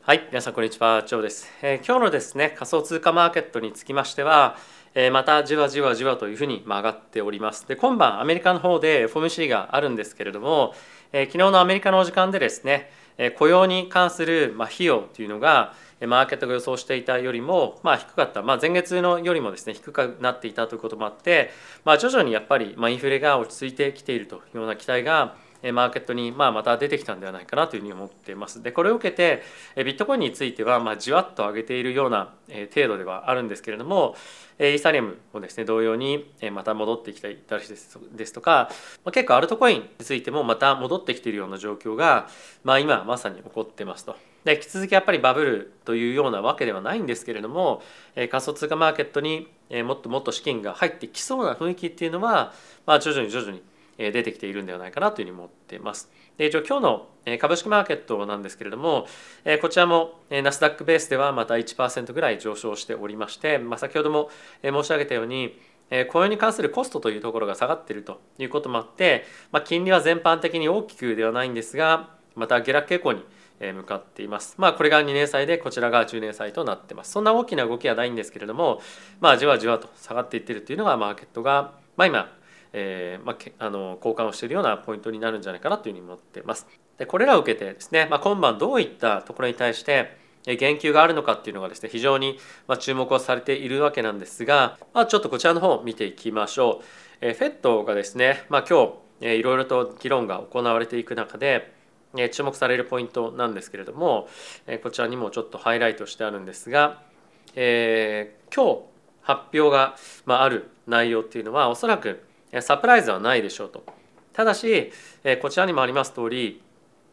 はい、皆さんこんにちは、ジョーです。今日のですね、仮想通貨マーケットにつきましては、またじわじわじわというふうに上がっております。で、今晩アメリカの方で FOMC があるんですけれども、昨日のアメリカの時間でですね、雇用に関する費用というのがマーケットが予想していたよりも低かった、前月のよりもですね低くなっていたということもあって、徐々にやっぱりインフレが落ち着いてきているというような期待がマーケットにまた出てきたんではないかなというふうに思っています。でこれを受けてビットコインについてはじわっと上げているような程度ではあるんですけれども、イーサリアムもですね同様にまた戻ってきたりですとか、結構アルトコインについてもまた戻ってきているような状況が今まさに起こってますと。で引き続きやっぱりバブルというようなわけではないんですけれども、仮想通貨マーケットにもっともっと資金が入ってきそうな雰囲気っていうのは徐々に出てきているんではないかなというふうに思っています。で一応今日の株式マーケットなんですけれども、こちらもナスダックベースではまた 1% ぐらい上昇しておりまして、先ほども申し上げたように雇用に関するコストというところが下がっているということもあって、金利は全般的に大きくではないんですがまた下落傾向に向かっています。これが2年債でこちらが10年債となっています。そんな大きな動きはないんですけれども、じわじわと下がっていっているというのがマーケットが今交換をしているようなポイントになるんじゃないかなというふうに思っています。でこれらを受けてですね、今晩どういったところに対して言及があるのかっていうのがですね非常に注目をされているわけなんですが、ちょっとこちらの方を見ていきましょう。FED がですね、今日いろいろと議論が行われていく中で注目されるポイントなんですけれども、こちらにもちょっとハイライトしてあるんですが、今日発表がある内容っていうのはおそらくサプライズはないでしょうと。ただしこちらにもあります通り、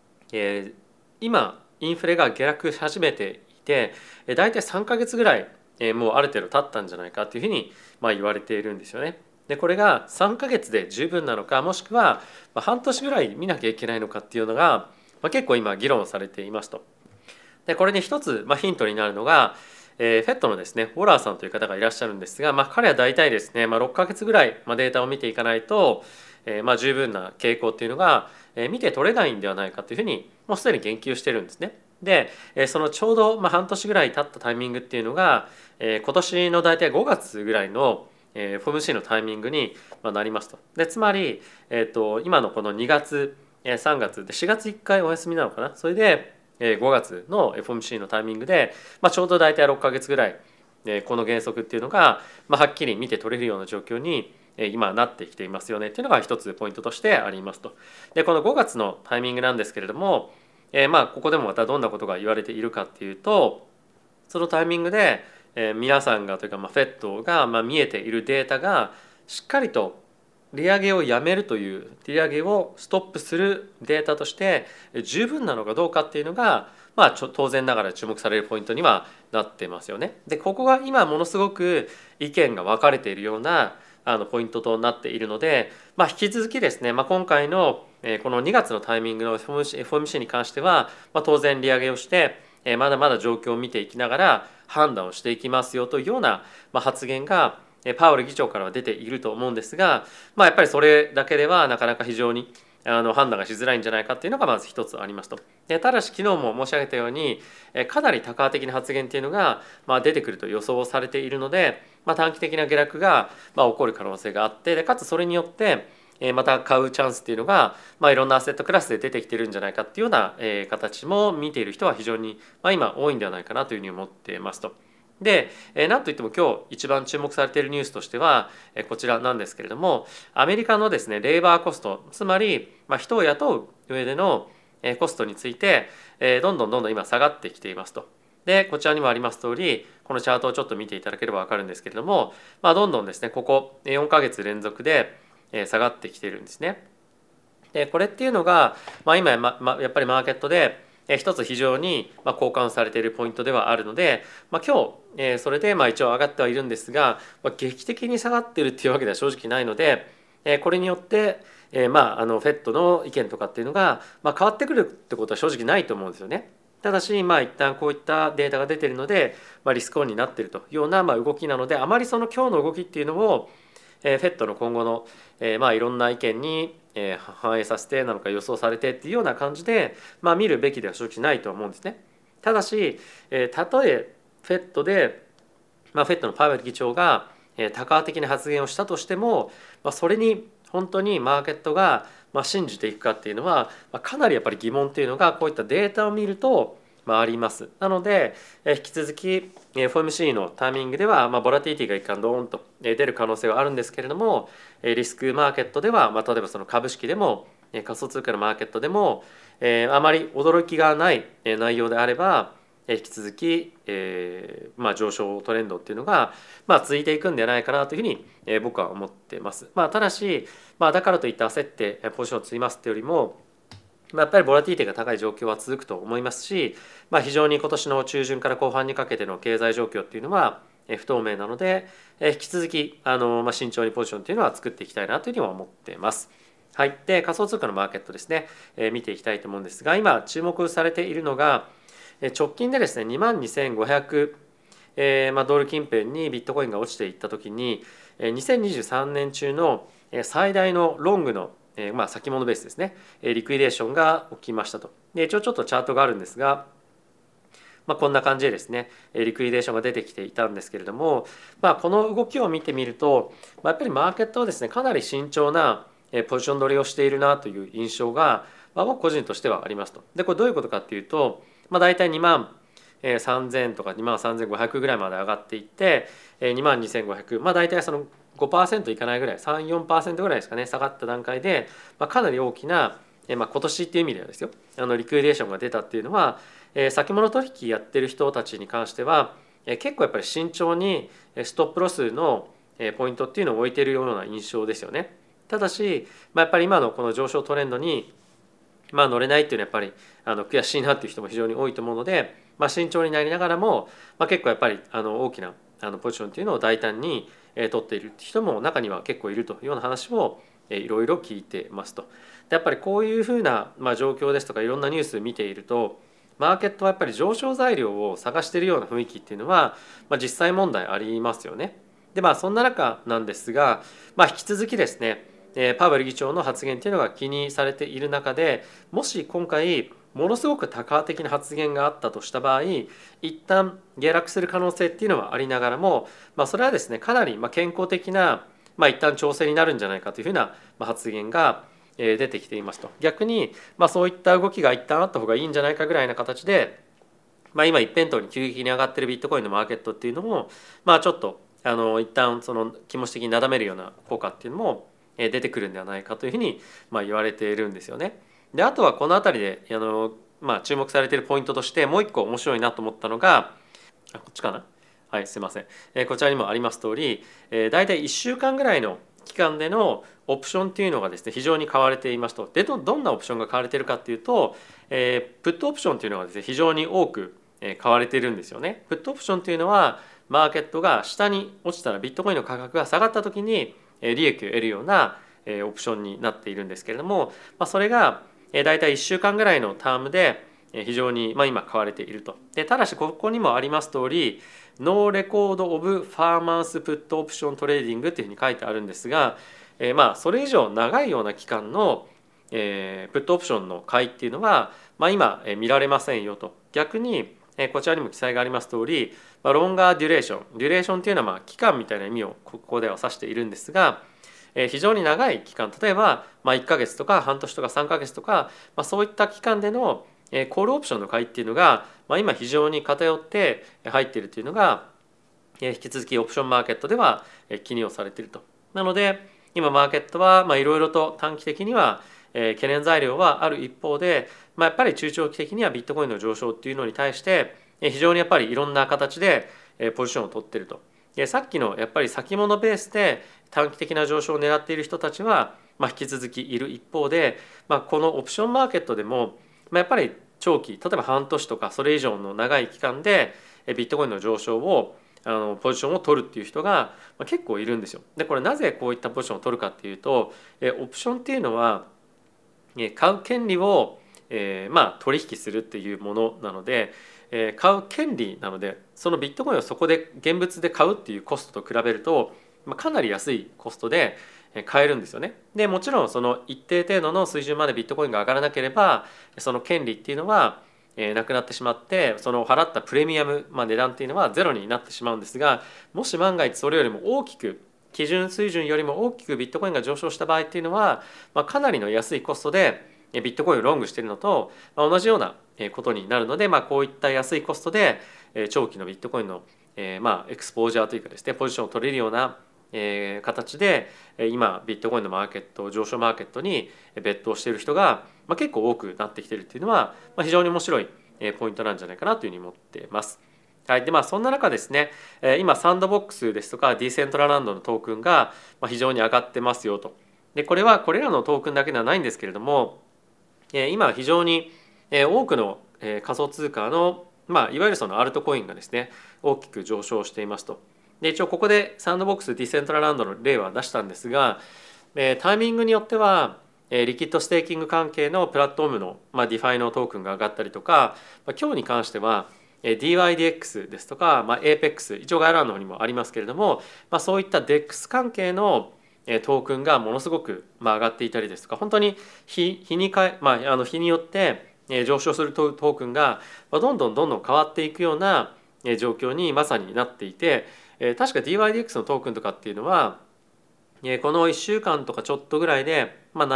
今インフレが下落し始めていて大体3ヶ月ぐらいもうある程度経ったんじゃないかというふうに言われているんですよね。でこれが3ヶ月で十分なのか、もしくは半年ぐらい見なきゃいけないのかっていうのが結構今議論されていますと。でこれに一つヒントになるのがFED のですねウォラーさんという方がいらっしゃるんですが、彼は大体ですね、6ヶ月ぐらいデータを見ていかないと十分な傾向っていうのが見て取れないんではないかというふうにもうすでに言及してるんですね。でそのちょうど半年ぐらい経ったタイミングっていうのが今年の大体5月ぐらいのFOMC のタイミングになりますと。でつまり、今のこの2月3月で4月1回お休みなのかな、それで5月の FOMC のタイミングで、ちょうど大体6ヶ月ぐらいこの原則っていうのがはっきり見て取れるような状況に今なってきていますよねっていうのが一つポイントとしてありますと。でこの5月のタイミングなんですけれども、ここでもまたどんなことが言われているかっていうと、そのタイミングで皆さんがというかFED が見えているデータがしっかりと利上げをやめるという利上げをストップするデータとして十分なのかどうかっていうのが当然ながら注目されるポイントにはなってますよね。でここが今ものすごく意見が分かれているようなポイントとなっているので、引き続きですね、今回のこの2月のタイミングの FOMC に関しては、当然利上げをしてまだまだ状況を見ていきながら判断をしていきますよというような発言がパウエル議長からは出ていると思うんですが、やっぱりそれだけではなかなか非常に判断がしづらいんじゃないかっていうのがまず一つありますと。ただし昨日も申し上げたようにかなり多角的な発言っていうのが出てくると予想されているので、短期的な下落が起こる可能性があって、でかつそれによってまた買うチャンスっていうのがいろんなアセットクラスで出てきてるんじゃないかっていうような形も見ている人は非常に今多いんではないかなというふうに思っていますと。でなんといっても今日一番注目されているニュースとしてはこちらなんですけれども、アメリカのですねレーバーコスト、つまり人を雇う上でのコストについてどんどん今下がってきていますと。でこちらにもあります通り、このチャートをちょっと見ていただければ分かるんですけれども、どんどんですねここ4ヶ月連続で下がってきているんですね。でこれっていうのが、今やっぱりマーケットで一つ非常に交換されているポイントではあるので、今日それで一応上がってはいるんですが、劇的に下がっているっていうわけでは正直ないので、これによってFED の意見とかっていうのが変わってくるってことは正直ないと思うんですよね。ただし一旦こういったデータが出ているので、リスクオンになっているというような動きなので、あまりその今日の動きっていうのをFED の今後のいろんな意見に反映させてなのか予想されてっていうような感じで見るべきでは正直ないと思うんですね。 ただし、たとえフェットで、フェットのパウエル議長が多角的な発言をしたとしても、それに本当にマーケットが信じていくかっていうのはかなりやっぱり疑問っていうのがこういったデータを見るとあります。なので引き続き FOMC のタイミングではボラティリティが一貫ドーンと出る可能性はあるんですけれども、リスクマーケットでは例えばその株式でも仮想通貨のマーケットでもあまり驚きがない内容であれば引き続き上昇トレンドっていうのが続いていくんではないかなというふうに僕は思っています。ただしだからといって焦ってポジションを積みますっていうよりもやっぱりボラティティが高い状況は続くと思いますし、非常に今年の中旬から後半にかけての経済状況っていうのは不透明なので引き続き慎重にポジションというのは作っていきたいなというふうには思っています。はい、で仮想通貨のマーケットですね、見ていきたいと思うんですが、今注目されているのが直近でですね22,500ドル近辺にビットコインが落ちていった時に2023年中の最大のロングの先物ベースですねリクイデーションが起きましたと。で一応ちょっとチャートがあるんですが、こんな感じでですねリクイデーションが出てきていたんですけれども、この動きを見てみるとやっぱりマーケットはですねかなり慎重なポジション取りをしているなという印象が僕個人としてはありますと。でこれどういうことかっていうと、大体2万3000とか2万3500ぐらいまで上がっていって2万2500、大体その5% いかないぐらい 3,4% ぐらいですかね下がった段階で、かなり大きな今年っていう意味ではですよリクイデーションが出たっていうのは先物取引やってる人たちに関しては結構やっぱり慎重にストップロスのポイントっていうのを置いているような印象ですよね。ただし、やっぱり今のこの上昇トレンドに乗れないっていうのはやっぱり悔しいなっていう人も非常に多いと思うので、慎重になりながらも、結構やっぱり大きなポジションっていうのを大胆に取っている人も中には結構いるというような話をいろいろ聞いてますと。でやっぱりこういうふうな状況ですとかいろんなニュース見ているとマーケットはやっぱり上昇材料を探しているような雰囲気っていうのは、実際問題ありますよね。でそんな中なんですが、引き続きですねパウエル議長の発言というのが気にされている中でもし今回ものすごく多角的な発言があったとした場合一旦下落する可能性っていうのはありながらも、それはですねかなり健康的な、一旦調整になるんじゃないかというふうな発言が出てきていますと。逆に、そういった動きが一旦あった方がいいんじゃないかぐらいな形で、今一辺倒に急激に上がっているビットコインのマーケットっていうのも、ちょっと一旦その気持ち的になだめるような効果っていうのも出てくるんではないかというふうに言われているんですよね。であとはこの辺りで注目されているポイントとしてもう一個面白いなと思ったのがこっちかな。はい、すいません。こちらにもあります通りだいたい1週間ぐらいの期間でのオプションっていうのがですね非常に買われていますと。でどんなオプションが買われているかっていうとプットオプションっていうのがですね非常に多く買われているんですよね。プットオプションっていうのはマーケットが下に落ちたらビットコインの価格が下がった時に利益を得るようなオプションになっているんですけれども、それがだいたい1週間ぐらいのタームで非常に今買われていると。でただしここにもあります通りノーレコードオブファーマンスプットオプショントレーディングっていうふうに書いてあるんですが、それ以上長いような期間のプットオプションの買いっていうのは、今見られませんよと。逆にこちらにも記載があります通りロンガーデュレーションっていうのは期間みたいな意味をここでは指しているんですが非常に長い期間例えば1ヶ月とか半年とか3ヶ月とかそういった期間でのコールオプションの買いっていうのが今非常に偏って入っているというのが引き続きオプションマーケットでは記入をされていると。なので今マーケットはいろいろと短期的には懸念材料はある一方でやっぱり中長期的にはビットコインの上昇っていうのに対して非常にやっぱりいろんな形でポジションを取っていると。さっきのやっぱり先物ベースで短期的な上昇を狙っている人たちは引き続きいる一方でこのオプションマーケットでもやっぱり長期例えば半年とかそれ以上の長い期間でビットコインの上昇をポジションを取るっていう人が結構いるんですよ。でこれなぜこういったポジションを取るかっていうとオプションっていうのは買う権利を取引するっていうものなので買う権利なのでそのビットコインをそこで現物で買うっていうコストと比べるとかなり安いコストで買えるんですよね。でもちろんその一定程度の水準までビットコインが上がらなければその権利っていうのはなくなってしまって、その払ったプレミアム、値段っていうのはゼロになってしまうんですが、もし万が一それよりも大きく基準水準よりも大きくビットコインが上昇した場合っていうのは、かなりの安いコストでビットコインをロングしているのと同じようなことになるので、こういった安いコストで長期のビットコインのエクスポージャーというかですね、ポジションを取れるような形で今ビットコインのマーケット、上昇マーケットにベットをしている人が結構多くなってきているっていうのは非常に面白いポイントなんじゃないかなというふうに思っています。はい、でそんな中ですね、今サンドボックスですとかディーセントラランドのトークンが非常に上がってますよと。でこれはこれらのトークンだけではないんですけれども、今非常に多くの仮想通貨のいわゆるそのアルトコインがですね大きく上昇していますと。で一応ここでサンドボックスディーセントラランドの例は出したんですが、タイミングによってはリキッドステーキング関係のプラットフォームの、ディファイのトークンが上がったりとか、今日に関してはDYDX ですとか、APEX 一応概要欄の方にもありますけれども、そういった DEX 関係のトークンがものすごく上がっていたりですとか、本当に日によって上昇するトークンがどんどん変わっていくような状況にまさになっていて、確か DYDX のトークンとかっていうのはこの1週間とかちょっとぐらいで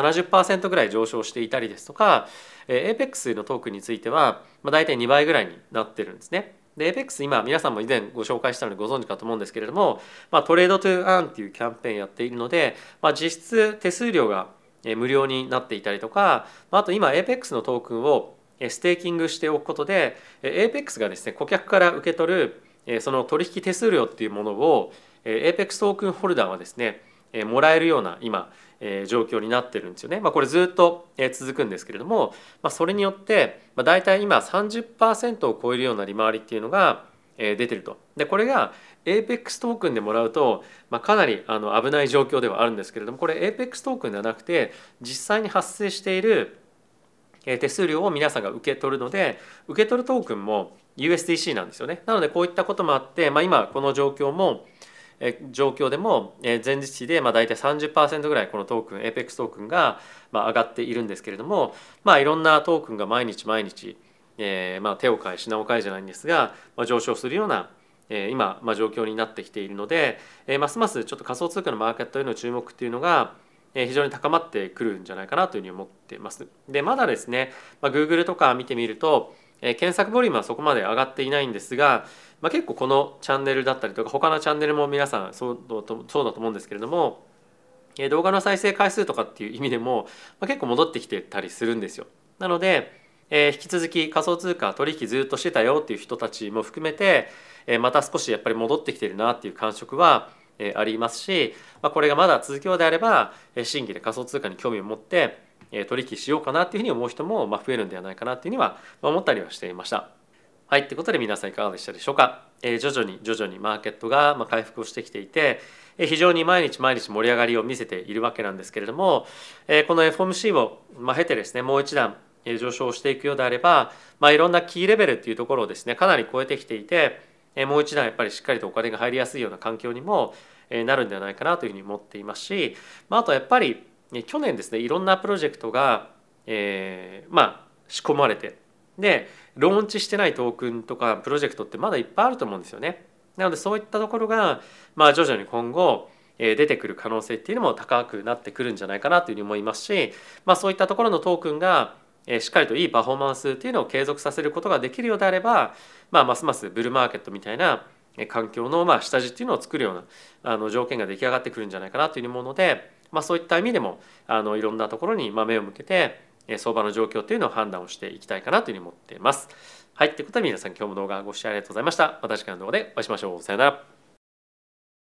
70% ぐらい上昇していたりですとか、APEX のトークンについては大体2倍ぐらいになってるんですね。で APEX 今皆さんも以前ご紹介したのでご存知かと思うんですけれども、トレードトゥーアーンっていうキャンペーンやっているので、実質手数料が無料になっていたりとか、あと今 APEX のトークンをステーキングしておくことで APEX がですね顧客から受け取るその取引手数料っていうものを APEX トークンホルダーはですねもらえるような今状況になってるんですよね。これずっと続くんですけれども、それによってだいたい今 30% を超えるような利回りっていうのが出てると。でこれが APEX トークンでもらうとかなり危ない状況ではあるんですけれども、これ APEX トークンではなくて実際に発生している手数料を皆さんが受け取るので、受け取るトークンも USDC なんですよね。なのでこういったこともあって、今この状況でも前日比で大体 30% ぐらいこのトークン APEX トークンが上がっているんですけれども、いろんなトークンが毎日手を変え品を変えじゃないんですが上昇するような今状況になってきているので、ますますちょっと仮想通貨のマーケットへの注目っていうのが非常に高まってくるんじゃないかなというふうに思っています。でまだですね、Google とか見てみると検索ボリュームはそこまで上がっていないんですが、結構このチャンネルだったりとか他のチャンネルも皆さんそうだと思うんですけれども、動画の再生回数とかっていう意味でも結構戻ってきてたりするんですよ。なので引き続き仮想通貨取引ずっとしてたよっていう人たちも含めてまた少しやっぱり戻ってきてるなっていう感触はありますし、これがまだ続くようであれば新規で仮想通貨に興味を持って取引しようかなっていうふうに思う人も増えるんではないかなっていうふうには思ったりはしていました。はい、ということで皆さんいかがでしたでしょうか。徐々にマーケットが回復をしてきていて非常に毎日盛り上がりを見せているわけなんですけれども、この FOMC を経てですねもう一段上昇していくようであれば、いろんなキーレベルっていうところをですねかなり超えてきていて、もう一段やっぱりしっかりとお金が入りやすいような環境にもなるんではないかなというふうに思っていますし、あとやっぱり去年ですねいろんなプロジェクトが仕込まれて、でローンチしてないトークンとかプロジェクトってまだいっぱいあると思うんですよね。なのでそういったところが徐々に今後出てくる可能性っていうのも高くなってくるんじゃないかなというふうに思いますし、そういったところのトークンがしっかりといいパフォーマンスっていうのを継続させることができるようであれば、ますますブルーマーケットみたいな環境の下地っていうのを作るような条件が出来上がってくるんじゃないかなというふうに思うので、そういった意味でもいろんなところに目を向けて相場の状況っていうのを判断をしていきたいかなというふうに思っています。はい、ということで皆さん今日も動画ご視聴ありがとうございました。また次回の動画でお会いしましょう。さよなら。